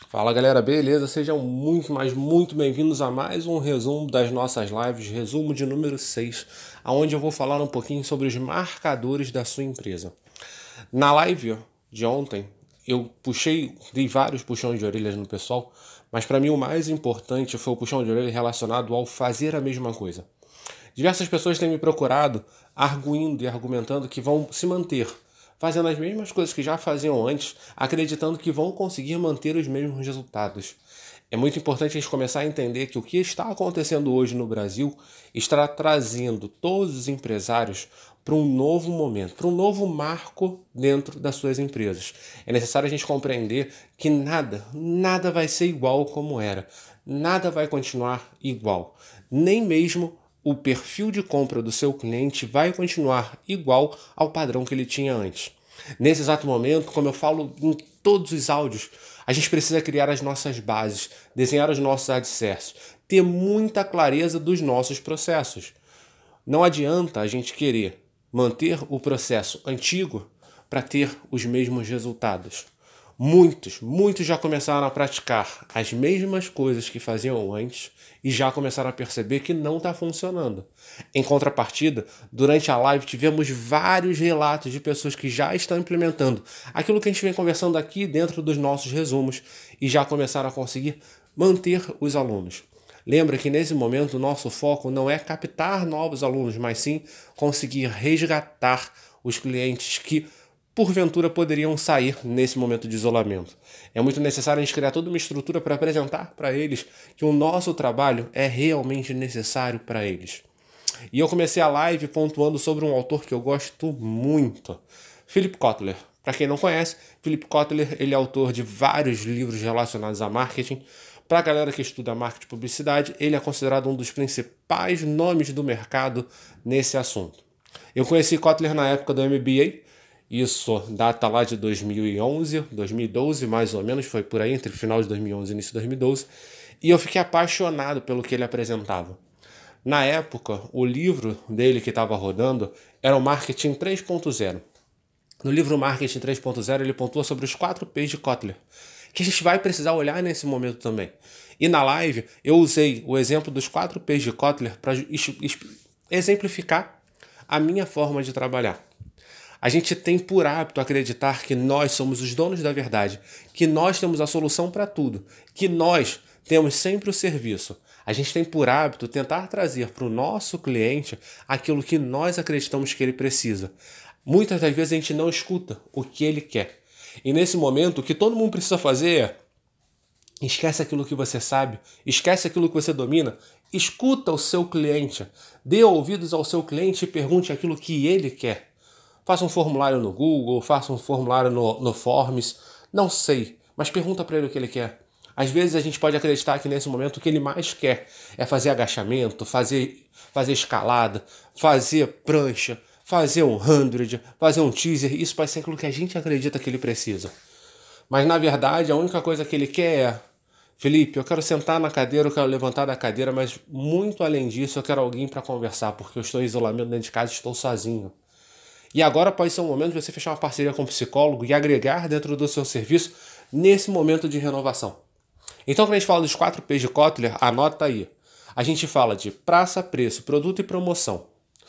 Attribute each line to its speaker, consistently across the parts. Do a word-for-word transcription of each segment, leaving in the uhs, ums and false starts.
Speaker 1: Fala galera, beleza? Sejam muito, mas muito bem-vindos a mais um resumo das nossas lives, resumo de número seis, onde eu vou falar um pouquinho sobre os marcadores da sua empresa. Na live de ontem, eu puxei, dei vários puxões de orelhas no pessoal, mas para mim o mais importante foi o puxão de orelha relacionado ao fazer a mesma coisa. Diversas pessoas têm me procurado, arguindo e argumentando que vão se manter fazendo as mesmas coisas que já faziam antes, acreditando que vão conseguir manter os mesmos resultados. É muito importante a gente começar a entender que o que está acontecendo hoje no Brasil está trazendo todos os empresários para um novo momento, para um novo marco dentro das suas empresas. É necessário a gente compreender que nada, nada vai ser igual como era. Nada vai continuar igual. Nem mesmo o perfil de compra do seu cliente vai continuar igual ao padrão que ele tinha antes. Nesse exato momento, como eu falo em todos os áudios, a gente precisa criar as nossas bases, desenhar os nossos alicerces, ter muita clareza dos nossos processos. Não adianta a gente querer manter o processo antigo para ter os mesmos resultados. Muitos, muitos já começaram a praticar as mesmas coisas que faziam antes e já começaram a perceber que não está funcionando. Em contrapartida, durante a live tivemos vários relatos de pessoas que já estão implementando aquilo que a gente vem conversando aqui dentro dos nossos resumos e já começaram a conseguir manter os alunos. Lembra que nesse momento o nosso foco não é captar novos alunos, mas sim conseguir resgatar os clientes que porventura poderiam sair nesse momento de isolamento. É muito necessário a gente criar toda uma estrutura para apresentar para eles que o nosso trabalho é realmente necessário para eles. E eu comecei a live pontuando sobre um autor que eu gosto muito, Philip Kotler. Para quem não conhece, Philip Kotler ele é autor de vários livros relacionados a marketing. Para a galera que estuda marketing e publicidade, ele é considerado um dos principais nomes do mercado nesse assunto. Eu conheci Kotler na época do M B A, isso data lá de dois mil e onze, dois mil e doze mais ou menos, foi por aí, entre o final de dois mil e onze e início de dois mil e doze, e eu fiquei apaixonado pelo que ele apresentava. Na época, o livro dele que estava rodando era o Marketing três ponto zero. No livro Marketing três ponto zero, ele pontua sobre os quatro P's de Kotler, que a gente vai precisar olhar nesse momento também. E na live, eu usei o exemplo dos quatro P's de Kotler para exemplificar a minha forma de trabalhar. A gente tem por hábito acreditar que nós somos os donos da verdade, que nós temos a solução para tudo, que nós temos sempre o serviço. A gente tem por hábito tentar trazer para o nosso cliente aquilo que nós acreditamos que ele precisa. Muitas das vezes a gente não escuta o que ele quer. E nesse momento, o que todo mundo precisa fazer é esquece aquilo que você sabe, esquece aquilo que você domina, escuta o seu cliente, dê ouvidos ao seu cliente e pergunte aquilo que ele quer. Faça um formulário no Google, faça um formulário no, no Forms, não sei, mas pergunta para ele o que ele quer. Às vezes a gente pode acreditar que nesse momento o que ele mais quer é fazer agachamento, fazer, fazer escalada, fazer prancha, fazer um hundred, fazer um teaser, isso pode ser aquilo que a gente acredita que ele precisa. Mas na verdade a única coisa que ele quer é: Felipe, eu quero sentar na cadeira, eu quero levantar da cadeira, mas muito além disso eu quero alguém para conversar, porque eu estou em isolamento dentro de casa e estou sozinho. E agora pode ser um momento de você fechar uma parceria com um psicólogo e agregar dentro do seu serviço nesse momento de renovação. Então, quando a gente fala dos quatro P's de Kotler, anota aí. A gente fala de praça, preço, produto e promoção.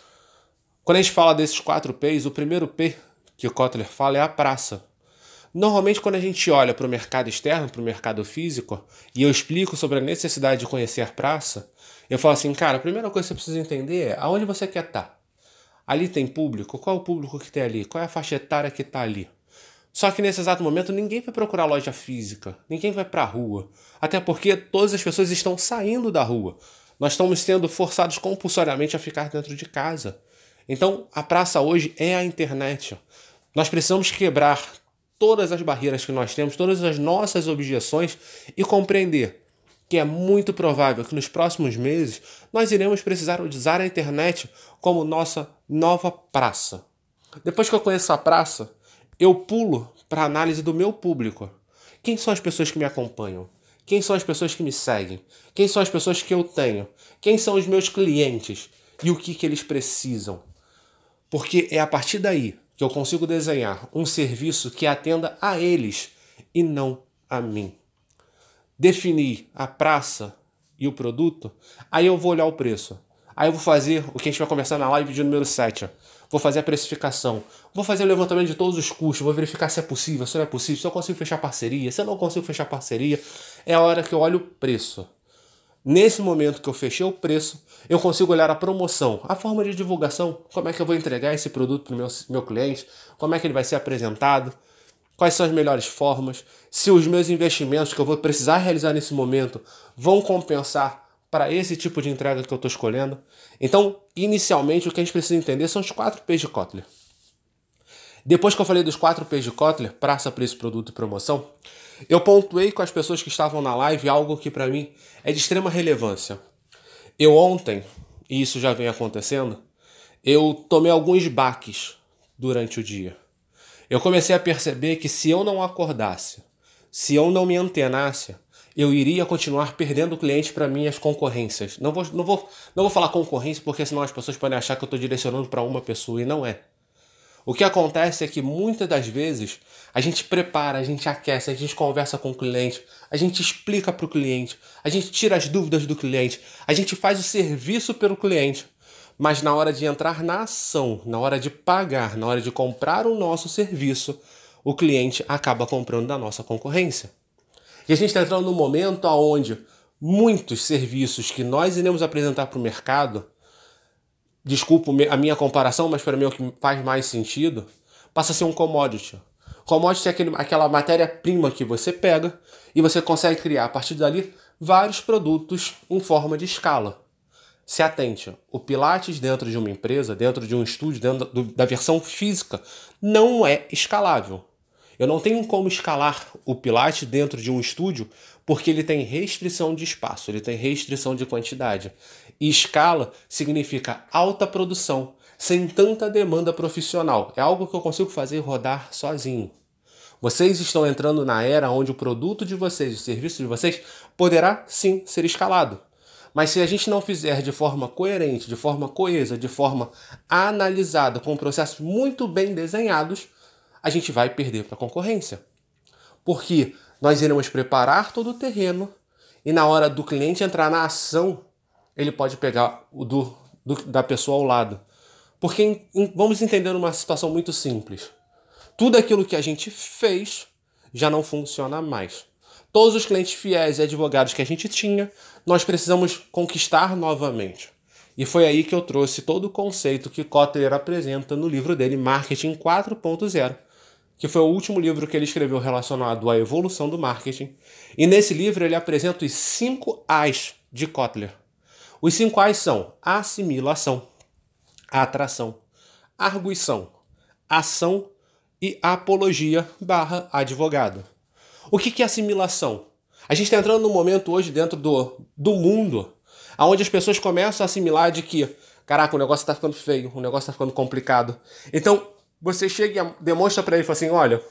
Speaker 1: Quando a gente fala desses quatro P's, o primeiro P que o Kotler fala é a praça. Normalmente, quando a gente olha para o mercado externo, para o mercado físico, e eu explico sobre a necessidade de conhecer a praça, eu falo assim, cara, a primeira coisa que você precisa entender é aonde você quer estar. Ali tem público? Qual é o público que tem ali? Qual é a faixa etária que está ali? Só que nesse exato momento ninguém vai procurar loja física, ninguém vai para a rua. Até porque todas as pessoas estão saindo da rua. Nós estamos sendo forçados compulsoriamente a ficar dentro de casa. Então a praça hoje é a internet. Nós precisamos quebrar todas as barreiras que nós temos, todas as nossas objeções e compreender que é muito provável que nos próximos meses nós iremos precisar usar a internet como nossa nova praça. Depois que eu conheço a praça, eu pulo para a análise do meu público. Quem são as pessoas que me acompanham? Quem são as pessoas que me seguem? Quem são as pessoas que eu tenho? Quem são os meus clientes? E o que, que eles precisam? Porque é a partir daí que eu consigo desenhar um serviço que atenda a eles e não a mim. definir a praça e o produto, aí eu vou olhar o preço. Aí eu vou fazer o que a gente vai conversar na live de número sete. Ó. Vou fazer a precificação. Vou fazer o levantamento de todos os custos. Vou verificar se é possível, se não é possível, se eu consigo fechar parceria, se eu não consigo fechar parceria. É a hora que eu olho o preço. Nesse momento que eu fechei o preço, eu consigo olhar a promoção, a forma de divulgação, como é que eu vou entregar esse produto para o meu, meu cliente, como é que ele vai ser apresentado, quais são as melhores formas, se os meus investimentos que eu vou precisar realizar nesse momento vão compensar para esse tipo de entrega que eu estou escolhendo. Então, inicialmente, o que a gente precisa entender são os quatro P's de Kotler. Depois que eu falei dos quatro P's de Kotler, praça, preço, produto e promoção, eu pontuei com as pessoas que estavam na live algo que para mim é de extrema relevância. Eu ontem, e isso já vem acontecendo, eu tomei alguns baques durante o dia. Eu comecei a perceber que se eu não acordasse, se eu não me antenasse, eu iria continuar perdendo clientes para minhas concorrências. Não vou, não, vou, não vou falar concorrência porque senão as pessoas podem achar que eu estou direcionando para uma pessoa e não é. O que acontece é que muitas das vezes a gente prepara, a gente aquece, a gente conversa com o cliente, a gente explica para o cliente, a gente tira as dúvidas do cliente, a gente faz o serviço pelo cliente, mas na hora de entrar na ação, na hora de pagar, na hora de comprar o nosso serviço, o cliente acaba comprando da nossa concorrência. E a gente está entrando num momento onde muitos serviços que nós iremos apresentar para o mercado, desculpa a minha comparação, mas para mim é o que faz mais sentido, passa a ser um commodity. Commodity é aquele, aquela matéria-prima que você pega e você consegue criar, a partir dali, vários produtos em forma de escala. Se atente, o Pilates dentro de uma empresa, dentro de um estúdio, dentro do, da versão física, não é escalável. Eu não tenho como escalar o Pilates dentro de um estúdio porque ele tem restrição de espaço, ele tem restrição de quantidade. E escala significa alta produção, sem tanta demanda profissional. É algo que eu consigo fazer rodar sozinho. Vocês estão entrando na era onde o produto de vocês, o serviço de vocês, poderá sim ser escalado. Mas se a gente não fizer de forma coerente, de forma coesa, de forma analisada, com processos muito bem desenhados, a gente vai perder para a concorrência. Porque nós iremos preparar todo o terreno e na hora do cliente entrar na ação, ele pode pegar o do, do, da pessoa ao lado. Porque em, em, vamos entender uma situação muito simples. Tudo aquilo que a gente fez já não funciona mais. Todos os clientes fiéis e advogados que a gente tinha, nós precisamos conquistar novamente. E foi aí que eu trouxe todo o conceito que Kotler apresenta no livro dele, Marketing quatro ponto zero, que foi o último livro que ele escreveu relacionado à evolução do marketing. E nesse livro ele apresenta os cinco A's de Kotler. Os cinco A's são assimilação, atração, arguição, ação e apologia barra advogado. O que é assimilação? A gente está entrando num momento hoje dentro do, do mundo onde as pessoas começam a assimilar de que, caraca, o negócio está ficando feio, o negócio está ficando complicado. Então, você chega e demonstra para ele, fala assim, olha,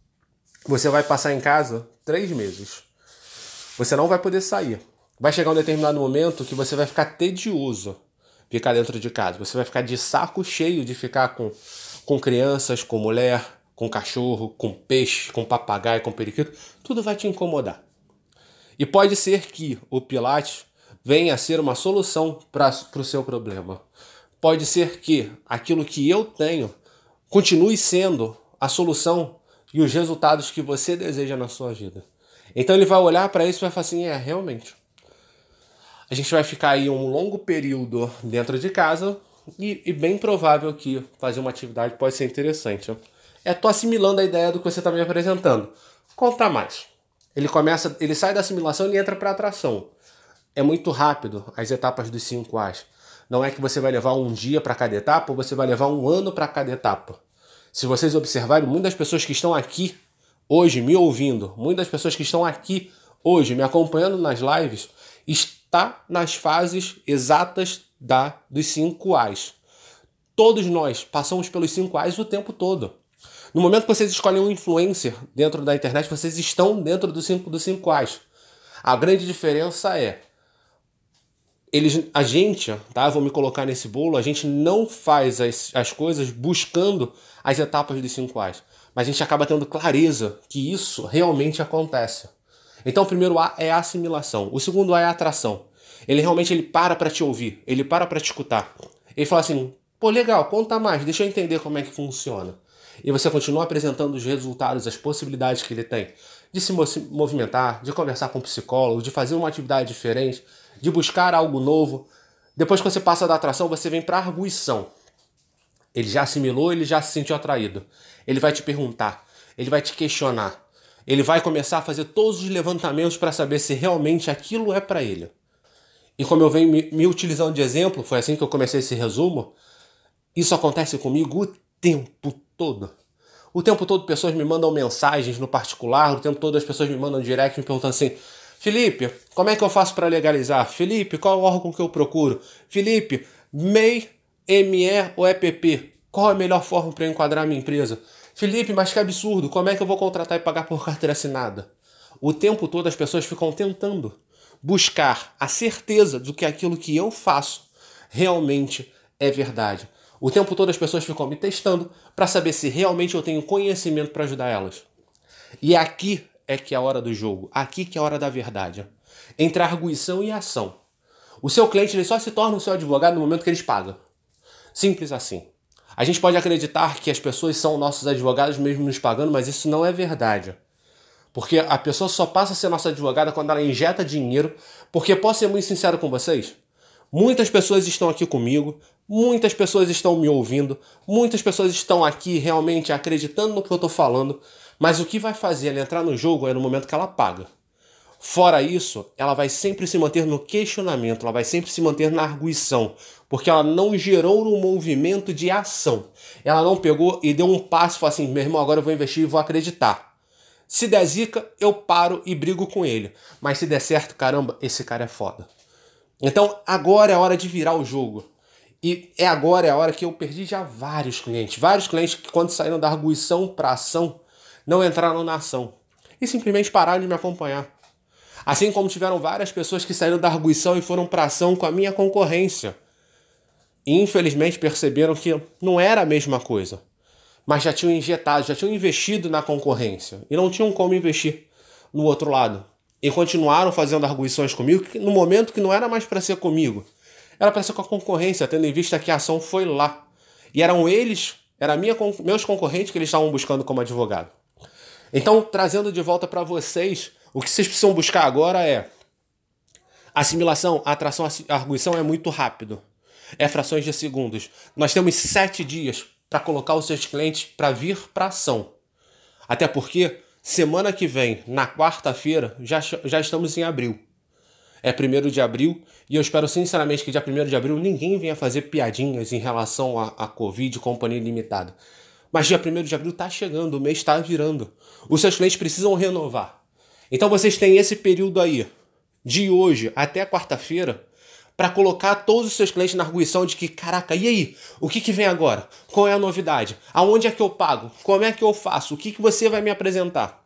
Speaker 1: você vai passar em casa três meses. Você não vai poder sair. Vai chegar um determinado momento que você vai ficar tedioso ficar dentro de casa. Você vai ficar de saco cheio de ficar com, com crianças, com mulher, com cachorro, com peixe, com papagaio, com periquito. Tudo vai te incomodar. E pode ser que o Pilates venha a ser uma solução para o seu problema. Pode ser que aquilo que eu tenho continue sendo a solução e os resultados que você deseja na sua vida. Então ele vai olhar para isso e vai falar assim, é, realmente. A gente vai ficar aí um longo período dentro de casa e, e bem provável que fazer uma atividade pode ser interessante. É, tô assimilando a ideia do que você está me apresentando. Conta mais. Ele começa, ele sai da assimilação e entra para a atração. É muito rápido as etapas dos cinco A's. Não é que você vai levar um dia para cada etapa, ou você vai levar um ano para cada etapa. Se vocês observarem, muitas pessoas que estão aqui hoje me ouvindo, muitas pessoas que estão aqui hoje me acompanhando nas lives, está nas fases exatas da, dos cinco A's. Todos nós passamos pelos cinco A's o tempo todo. No momento que vocês escolhem um influencer dentro da internet, vocês estão dentro dos cinco, dos cinco A's. A grande diferença é, eles, a gente, tá, vou me colocar nesse bolo, a gente não faz as, as coisas buscando as etapas dos cinco A's. Mas a gente acaba tendo clareza que isso realmente acontece. Então o primeiro A é a assimilação. O segundo A é a atração. Ele realmente ele para para te ouvir, ele para para te escutar. Ele fala assim, pô, legal, conta mais, deixa eu entender como é que funciona. E você continua apresentando os resultados, as possibilidades que ele tem de se movimentar, de conversar com um psicólogo, de fazer uma atividade diferente, de buscar algo novo. Depois que você passa da atração, você vem para a arguição. Ele já assimilou, ele já se sentiu atraído. Ele vai te perguntar, ele vai te questionar. Ele vai começar a fazer todos os levantamentos para saber se realmente aquilo é para ele. E como eu venho me, me utilizando de exemplo, foi assim que eu comecei esse resumo, isso acontece comigo o tempo todo. O tempo todo pessoas me mandam mensagens no particular, o tempo todo as pessoas me mandam direct me perguntando assim, Felipe, como é que eu faço para legalizar? Felipe, qual é o órgão que eu procuro? Felipe, M E I, M E ou E P P? Qual é a melhor forma para eu enquadrar a minha empresa? Felipe, mas que absurdo, como é que eu vou contratar e pagar por carteira assinada? O tempo todo as pessoas ficam tentando buscar a certeza do que aquilo que eu faço realmente é verdade. O tempo todo as pessoas ficam me testando para saber se realmente eu tenho conhecimento para ajudar elas. E aqui é que é a hora do jogo, aqui que é a hora da verdade. Entre arguição e ação. O seu cliente ele só se torna o seu advogado no momento que eles pagam. Simples assim. A gente pode acreditar que as pessoas são nossos advogados mesmo nos pagando, mas isso não é verdade. Porque a pessoa só passa a ser nossa advogada quando ela injeta dinheiro. Porque posso ser muito sincero com vocês? Muitas pessoas estão aqui comigo, muitas pessoas estão me ouvindo, muitas pessoas estão aqui realmente acreditando no que eu estou falando, mas o que vai fazer ela entrar no jogo é no momento que ela paga. Fora isso, ela vai sempre se manter no questionamento, ela vai sempre se manter na arguição, porque ela não gerou um movimento de ação. Ela não pegou e deu um passo e falou assim, meu irmão, agora eu vou investir e vou acreditar. Se der zica, eu paro e brigo com ele. Mas se der certo, caramba, esse cara é foda. Então agora é a hora de virar o jogo. E é agora é a hora que eu perdi já vários clientes. Vários clientes que quando saíram da arguição para ação, não entraram na ação. E simplesmente pararam de me acompanhar. Assim como tiveram várias pessoas que saíram da arguição e foram para ação com a minha concorrência. E infelizmente perceberam que não era a mesma coisa. Mas já tinham injetado, já tinham investido na concorrência. E não tinham como investir no outro lado. E continuaram fazendo arguições comigo no momento que não era mais para ser comigo. Era para ser com a concorrência, tendo em vista que a ação foi lá. E eram eles, eram minha, meus concorrentes que eles estavam buscando como advogado. Então, trazendo de volta para vocês, o que vocês precisam buscar agora é assimilação, a atração, a arguição é muito rápido. É frações de segundos. Nós temos sete dias para colocar os seus clientes para vir para ação. Até porque semana que vem, na quarta-feira, já, já estamos em abril. É primeiro de abril e eu espero sinceramente que dia primeiro de abril ninguém venha fazer piadinhas em relação a, a Covid e companhia limitada. Mas dia primeiro de abril está chegando, o mês está virando. Os seus clientes precisam renovar. Então vocês têm esse período aí, de hoje até quarta-feira, para colocar todos os seus clientes na arguição de que, caraca, e aí? O que, que vem agora? Qual é a novidade? Aonde é que eu pago? Como é que eu faço? O que, que você vai me apresentar?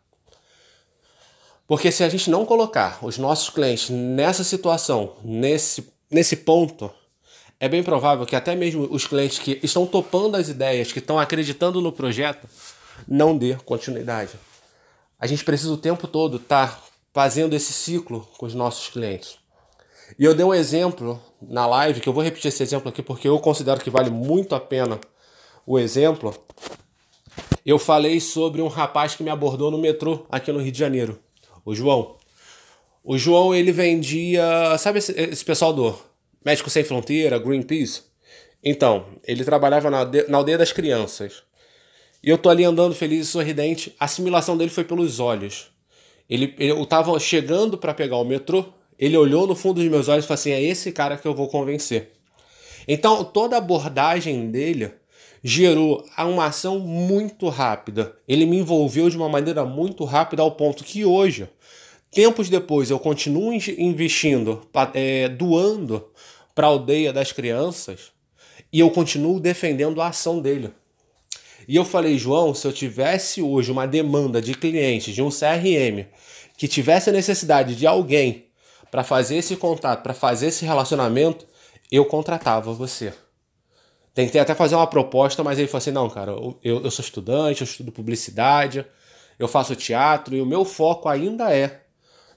Speaker 1: Porque se a gente não colocar os nossos clientes nessa situação, nesse, nesse ponto, é bem provável que até mesmo os clientes que estão topando as ideias, que estão acreditando no projeto, não dê continuidade. A gente precisa o tempo todo estar fazendo esse ciclo com os nossos clientes. E eu dei um exemplo na live, que eu vou repetir esse exemplo aqui porque eu considero que vale muito a pena o exemplo. Eu falei sobre um rapaz que me abordou no metrô aqui no Rio de Janeiro, o João. O João, ele vendia, sabe esse, esse pessoal do Médicos Sem Fronteira, Greenpeace? Então, ele trabalhava na, na aldeia das crianças. E eu tô ali andando feliz e sorridente, a assimilação dele foi pelos olhos. Ele, ele, eu tava chegando para pegar o metrô, ele olhou no fundo dos meus olhos e falou assim, é esse cara que eu vou convencer. Então, toda a abordagem dele gerou uma ação muito rápida. Ele me envolveu de uma maneira muito rápida ao ponto que hoje, tempos depois, eu continuo investindo, é, doando para a aldeia das crianças e eu continuo defendendo a ação dele. E eu falei, João, se eu tivesse hoje uma demanda de clientes de um C R M que tivesse a necessidade de alguém para fazer esse contato, para fazer esse relacionamento, eu contratava você. Tentei até fazer uma proposta, mas ele falou assim, não, cara, eu, eu sou estudante, eu estudo publicidade, eu faço teatro e o meu foco ainda é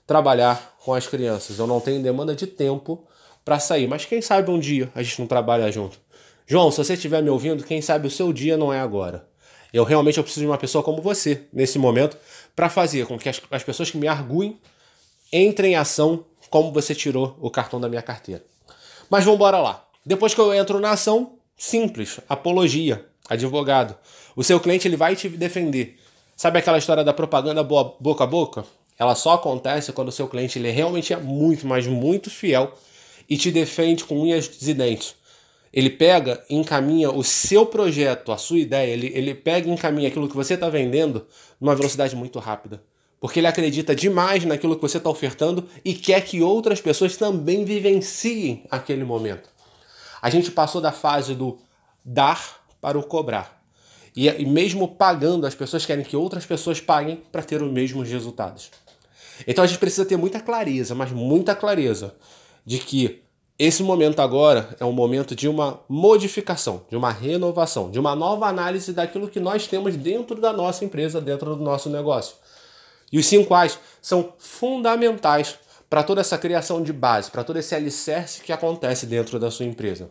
Speaker 1: trabalhar com as crianças. Eu não tenho demanda de tempo para sair. Mas quem sabe um dia a gente não trabalha junto. João, se você estiver me ouvindo, quem sabe o seu dia não é agora. Eu realmente eu preciso de uma pessoa como você, nesse momento, para fazer com que as, as pessoas que me arguem entrem em ação como você tirou o cartão da minha carteira. Mas vamos embora lá. Depois que eu entro na ação, simples, apologia, advogado. O seu cliente ele vai te defender. Sabe aquela história da propaganda boa, boca a boca? Ela só acontece quando o seu cliente ele realmente é muito, mas muito fiel e te defende com unhas e dentes. Ele pega e encaminha o seu projeto, a sua ideia, ele, ele pega e encaminha aquilo que você está vendendo numa velocidade muito rápida. Porque ele acredita demais naquilo que você está ofertando e quer que outras pessoas também vivenciem aquele momento. A gente passou da fase do dar para o cobrar. E, e mesmo pagando, as pessoas querem que outras pessoas paguem para ter os mesmos resultados. Então a gente precisa ter muita clareza, mas muita clareza, de que esse momento agora é um momento de uma modificação, de uma renovação, de uma nova análise daquilo que nós temos dentro da nossa empresa, dentro do nosso negócio. E os cinco A's são fundamentais para toda essa criação de base, para todo esse alicerce que acontece dentro da sua empresa.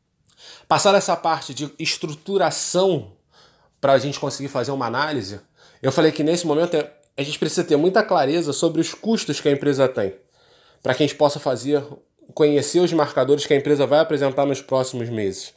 Speaker 1: Passar essa parte de estruturação para a gente conseguir fazer uma análise, eu falei que nesse momento a gente precisa ter muita clareza sobre os custos que a empresa tem, para que a gente possa fazer, conhecer os marcadores que a empresa vai apresentar nos próximos meses.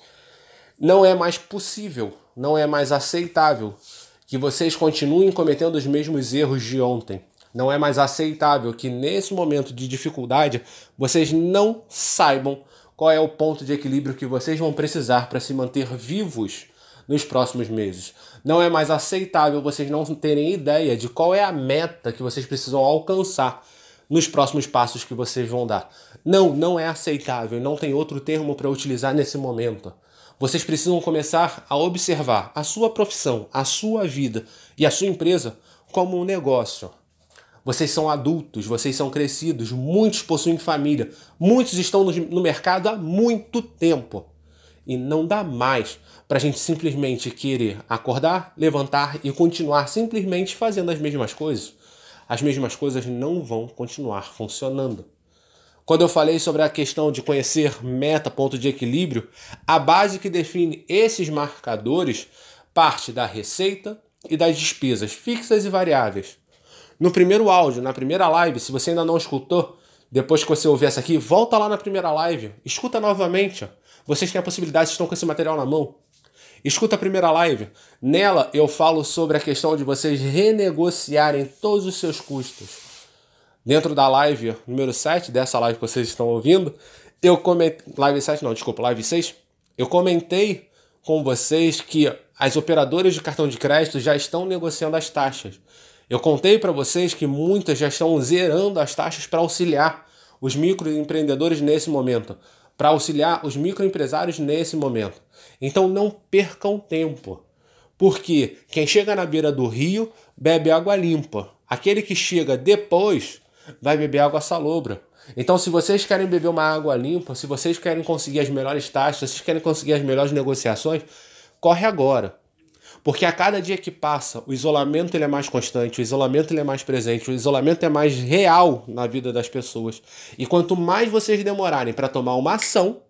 Speaker 1: Não é mais possível, não é mais aceitável que vocês continuem cometendo os mesmos erros de ontem. Não é mais aceitável que nesse momento de dificuldade vocês não saibam qual é o ponto de equilíbrio que vocês vão precisar para se manter vivos nos próximos meses. Não é mais aceitável vocês não terem ideia de qual é a meta que vocês precisam alcançar nos próximos passos que vocês vão dar. Não, não é aceitável, não tem outro termo para utilizar nesse momento. Vocês precisam começar a observar a sua profissão, a sua vida e a sua empresa como um negócio. Vocês são adultos, vocês são crescidos, muitos possuem família, muitos estão no mercado há muito tempo. E não dá mais para a gente simplesmente querer acordar, levantar e continuar simplesmente fazendo as mesmas coisas. As mesmas coisas não vão continuar funcionando. Quando eu falei sobre a questão de conhecer meta, ponto de equilíbrio, a base que define esses marcadores parte da receita e das despesas fixas e variáveis. No primeiro áudio, na primeira live, se você ainda não escutou, depois que você ouvir essa aqui, volta lá na primeira live, escuta novamente. Vocês têm a possibilidade, estão com esse material na mão. Escuta a primeira live. Nela eu falo sobre a questão de vocês renegociarem todos os seus custos. Dentro da live número sete, dessa live que vocês estão ouvindo, eu comentei... Live sete não, desculpa, live seis. Eu comentei com vocês que as operadoras de cartão de crédito já estão negociando as taxas. Eu contei para vocês que muitas já estão zerando as taxas para auxiliar os microempreendedores nesse momento, para auxiliar os microempresários nesse momento. Então não percam tempo, porque quem chega na beira do rio bebe água limpa. Aquele que chega depois vai beber água salobra. Então se vocês querem beber uma água limpa, se vocês querem conseguir as melhores taxas, se vocês querem conseguir as melhores negociações, corre agora. Porque a cada dia que passa, o isolamento ele é mais constante, o isolamento ele é mais presente, o isolamento é mais real na vida das pessoas. E quanto mais vocês demorarem para tomar uma ação,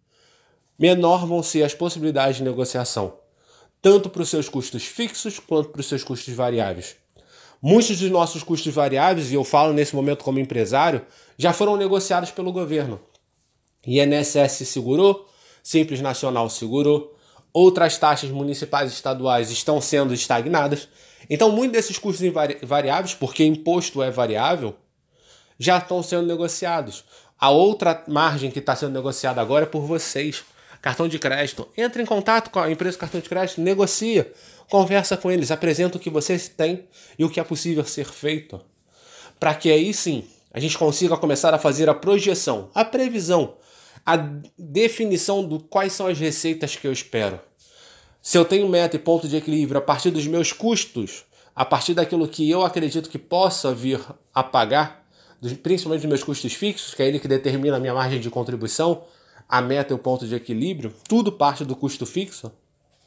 Speaker 1: menor vão ser as possibilidades de negociação, tanto para os seus custos fixos quanto para os seus custos variáveis. Muitos dos nossos custos variáveis, e eu falo nesse momento como empresário, já foram negociados pelo governo. I N S S segurou, Simples Nacional segurou, outras taxas municipais e estaduais estão sendo estagnadas. Então, muitos desses custos variáveis, porque imposto é variável, já estão sendo negociados. A outra margem que está sendo negociada agora é por vocês. Cartão de crédito. Entre em contato com a empresa de cartão de crédito, negocia, conversa com eles, apresenta o que vocês têm e o que é possível ser feito. Para que aí sim a gente consiga começar a fazer a projeção, a previsão, a definição do quais são as receitas que eu espero. Se eu tenho meta e ponto de equilíbrio a partir dos meus custos, a partir daquilo que eu acredito que possa vir a pagar, principalmente dos meus custos fixos, que é ele que determina a minha margem de contribuição, a meta e o ponto de equilíbrio, tudo parte do custo fixo.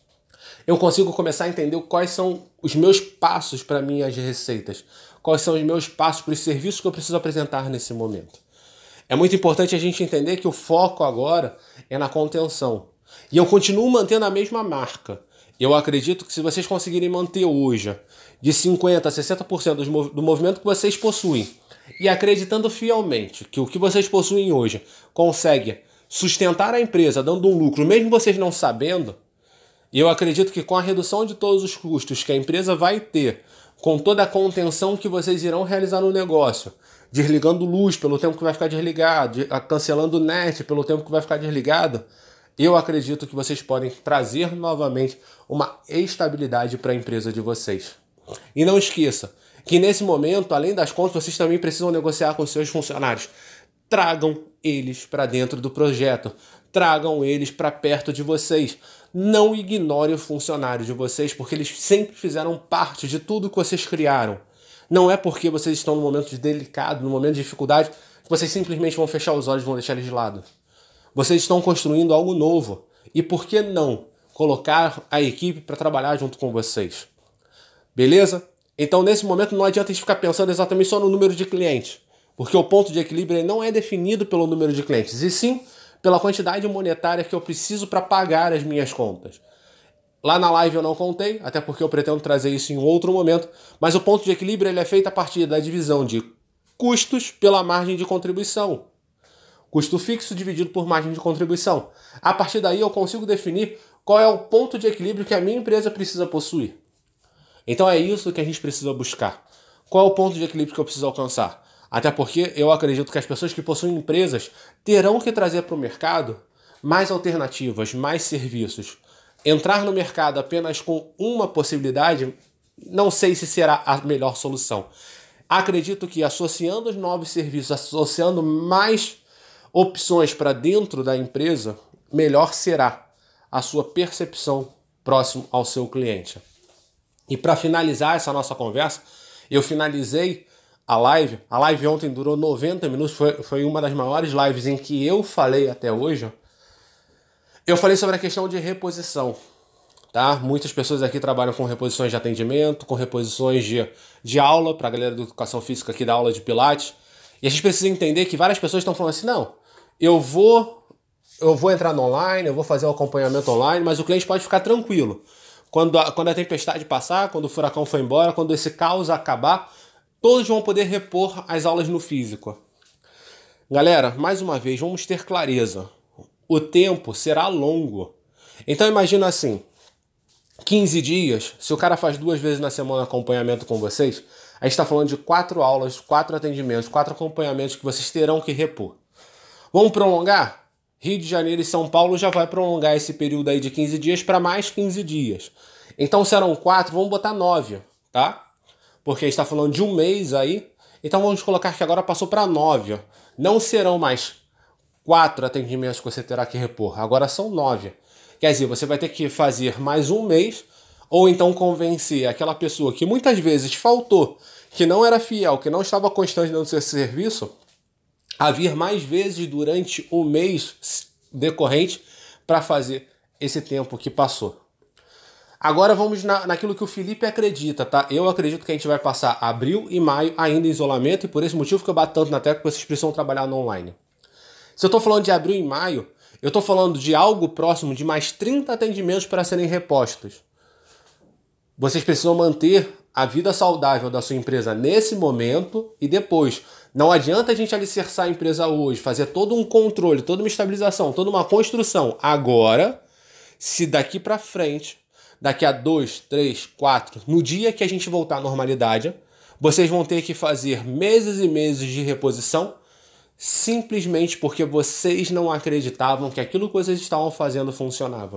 Speaker 1: Eu consigo começar a entender quais são os meus passos para minhas receitas, quais são os meus passos para os serviços que eu preciso apresentar nesse momento. É muito importante a gente entender que o foco agora é na contenção. E eu continuo mantendo a mesma marca. Eu acredito que se vocês conseguirem manter hoje de cinquenta por cento a sessenta por cento do movimento que vocês possuem e acreditando fielmente que o que vocês possuem hoje consegue sustentar a empresa dando um lucro, mesmo vocês não sabendo, eu acredito que com a redução de todos os custos que a empresa vai ter, com toda a contenção que vocês irão realizar no negócio, desligando luz pelo tempo que vai ficar desligado, cancelando net pelo tempo que vai ficar desligado, eu acredito que vocês podem trazer novamente uma estabilidade para a empresa de vocês. E não esqueça que nesse momento, além das contas, vocês também precisam negociar com seus funcionários. Tragam eles para dentro do projeto. Tragam eles para perto de vocês. Não ignorem os funcionários de vocês, porque eles sempre fizeram parte de tudo que vocês criaram. Não é porque vocês estão num momento de delicado, num momento de dificuldade, que vocês simplesmente vão fechar os olhos e vão deixar eles de lado. Vocês estão construindo algo novo. E por que não colocar a equipe para trabalhar junto com vocês? Beleza? Então, nesse momento, não adianta a gente ficar pensando exatamente só no número de clientes. Porque o ponto de equilíbrio não é definido pelo número de clientes, e sim pela quantidade monetária que eu preciso para pagar as minhas contas. Lá na live eu não contei, até porque eu pretendo trazer isso em outro momento, mas o ponto de equilíbrio ele é feito a partir da divisão de custos pela margem de contribuição. Custo fixo dividido por margem de contribuição. A partir daí eu consigo definir qual é o ponto de equilíbrio que a minha empresa precisa possuir. Então é isso que a gente precisa buscar. Qual é o ponto de equilíbrio que eu preciso alcançar? Até porque eu acredito que as pessoas que possuem empresas terão que trazer para o mercado mais alternativas, mais serviços. Entrar no mercado apenas com uma possibilidade, não sei se será a melhor solução. Acredito que associando os novos serviços, associando mais opções para dentro da empresa, melhor será a sua percepção próximo ao seu cliente. E para finalizar essa nossa conversa, eu finalizei a live. A live ontem durou noventa minutos, foi, foi uma das maiores lives em que eu falei até hoje. Eu falei sobre a questão de reposição. Tá? Muitas pessoas aqui trabalham com reposições de atendimento, com reposições de, de aula, para a galera da educação física aqui da aula de Pilates. E a gente precisa entender que várias pessoas estão falando assim, não, eu vou, eu vou entrar no online, eu vou fazer o acompanhamento online, mas o cliente pode ficar tranquilo. Quando a, quando a tempestade passar, quando o furacão for embora, quando esse caos acabar, todos vão poder repor as aulas no físico. Galera, mais uma vez, vamos ter clareza. O tempo será longo. Então imagina assim, quinze dias, se o cara faz duas vezes na semana acompanhamento com vocês, a gente está falando de quatro aulas, quatro atendimentos, quatro acompanhamentos que vocês terão que repor. Vamos prolongar? Rio de Janeiro e São Paulo já vai prolongar esse período aí de quinze dias para mais quinze dias. Então serão quatro, vamos botar nove, tá? Porque a gente está falando de um mês aí, então vamos colocar que agora passou para nove. Não serão mais quatro atendimentos que você terá que repor, agora são nove. Quer dizer, você vai ter que fazer mais um mês, ou então convencer aquela pessoa que muitas vezes faltou, que não era fiel, que não estava constante no seu serviço, a vir mais vezes durante o mês decorrente para fazer esse tempo que passou. Agora vamos na, naquilo que o Felipe acredita, tá? Eu acredito que a gente vai passar abril e maio ainda em isolamento, e por esse motivo que eu bato tanto na tecla que vocês precisam trabalhar no online. Se eu estou falando de abril e maio, eu estou falando de algo próximo de mais trinta atendimentos para serem repostos. Vocês precisam manter a vida saudável da sua empresa nesse momento e depois. Não adianta a gente alicerçar a empresa hoje, fazer todo um controle, toda uma estabilização, toda uma construção. Agora, se daqui para frente, daqui a dois, três, quatro, no dia que a gente voltar à normalidade, vocês vão ter que fazer meses e meses de reposição simplesmente porque vocês não acreditavam que aquilo que vocês estavam fazendo funcionava.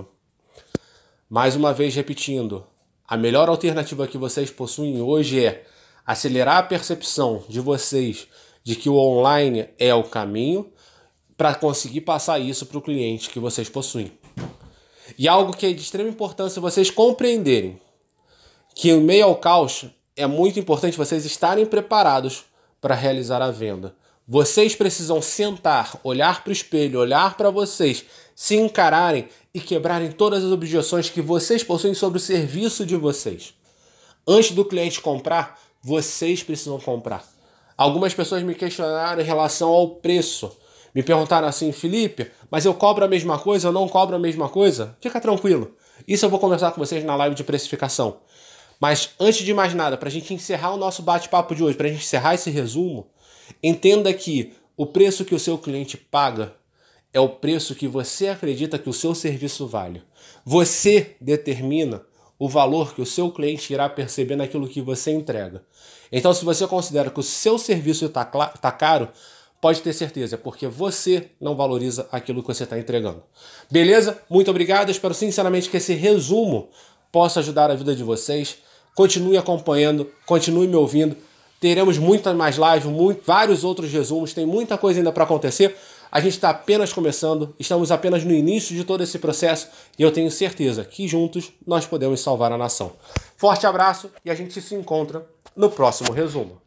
Speaker 1: Mais uma vez repetindo, a melhor alternativa que vocês possuem hoje é acelerar a percepção de vocês de que o online é o caminho para conseguir passar isso para o cliente que vocês possuem. E algo que é de extrema importância vocês compreenderem, que em meio ao caos é muito importante vocês estarem preparados para realizar a venda. Vocês precisam sentar, olhar para o espelho, olhar para vocês, se encararem e quebrarem todas as objeções que vocês possuem sobre o serviço de vocês. Antes do cliente comprar, vocês precisam comprar. Algumas pessoas me questionaram em relação ao preço. Me perguntaram assim, Felipe, mas eu cobro a mesma coisa, eu não cobro a mesma coisa? Fica tranquilo. Isso eu vou conversar com vocês na live de precificação. Mas antes de mais nada, para a gente encerrar o nosso bate-papo de hoje, para a gente encerrar esse resumo, entenda que o preço que o seu cliente paga é o preço que você acredita que o seu serviço vale. Você determina o valor que o seu cliente irá perceber naquilo que você entrega. Então, se você considera que o seu serviço está tá caro, pode ter certeza, é porque você não valoriza aquilo que você está entregando. Beleza? Muito obrigado. Eu espero sinceramente que esse resumo possa ajudar a vida de vocês. Continue acompanhando, continue me ouvindo. Teremos muitas mais lives, muito, vários outros resumos, tem muita coisa ainda para acontecer. A gente está apenas começando, estamos apenas no início de todo esse processo e eu tenho certeza que juntos nós podemos salvar a nação. Forte abraço e a gente se encontra no próximo resumo.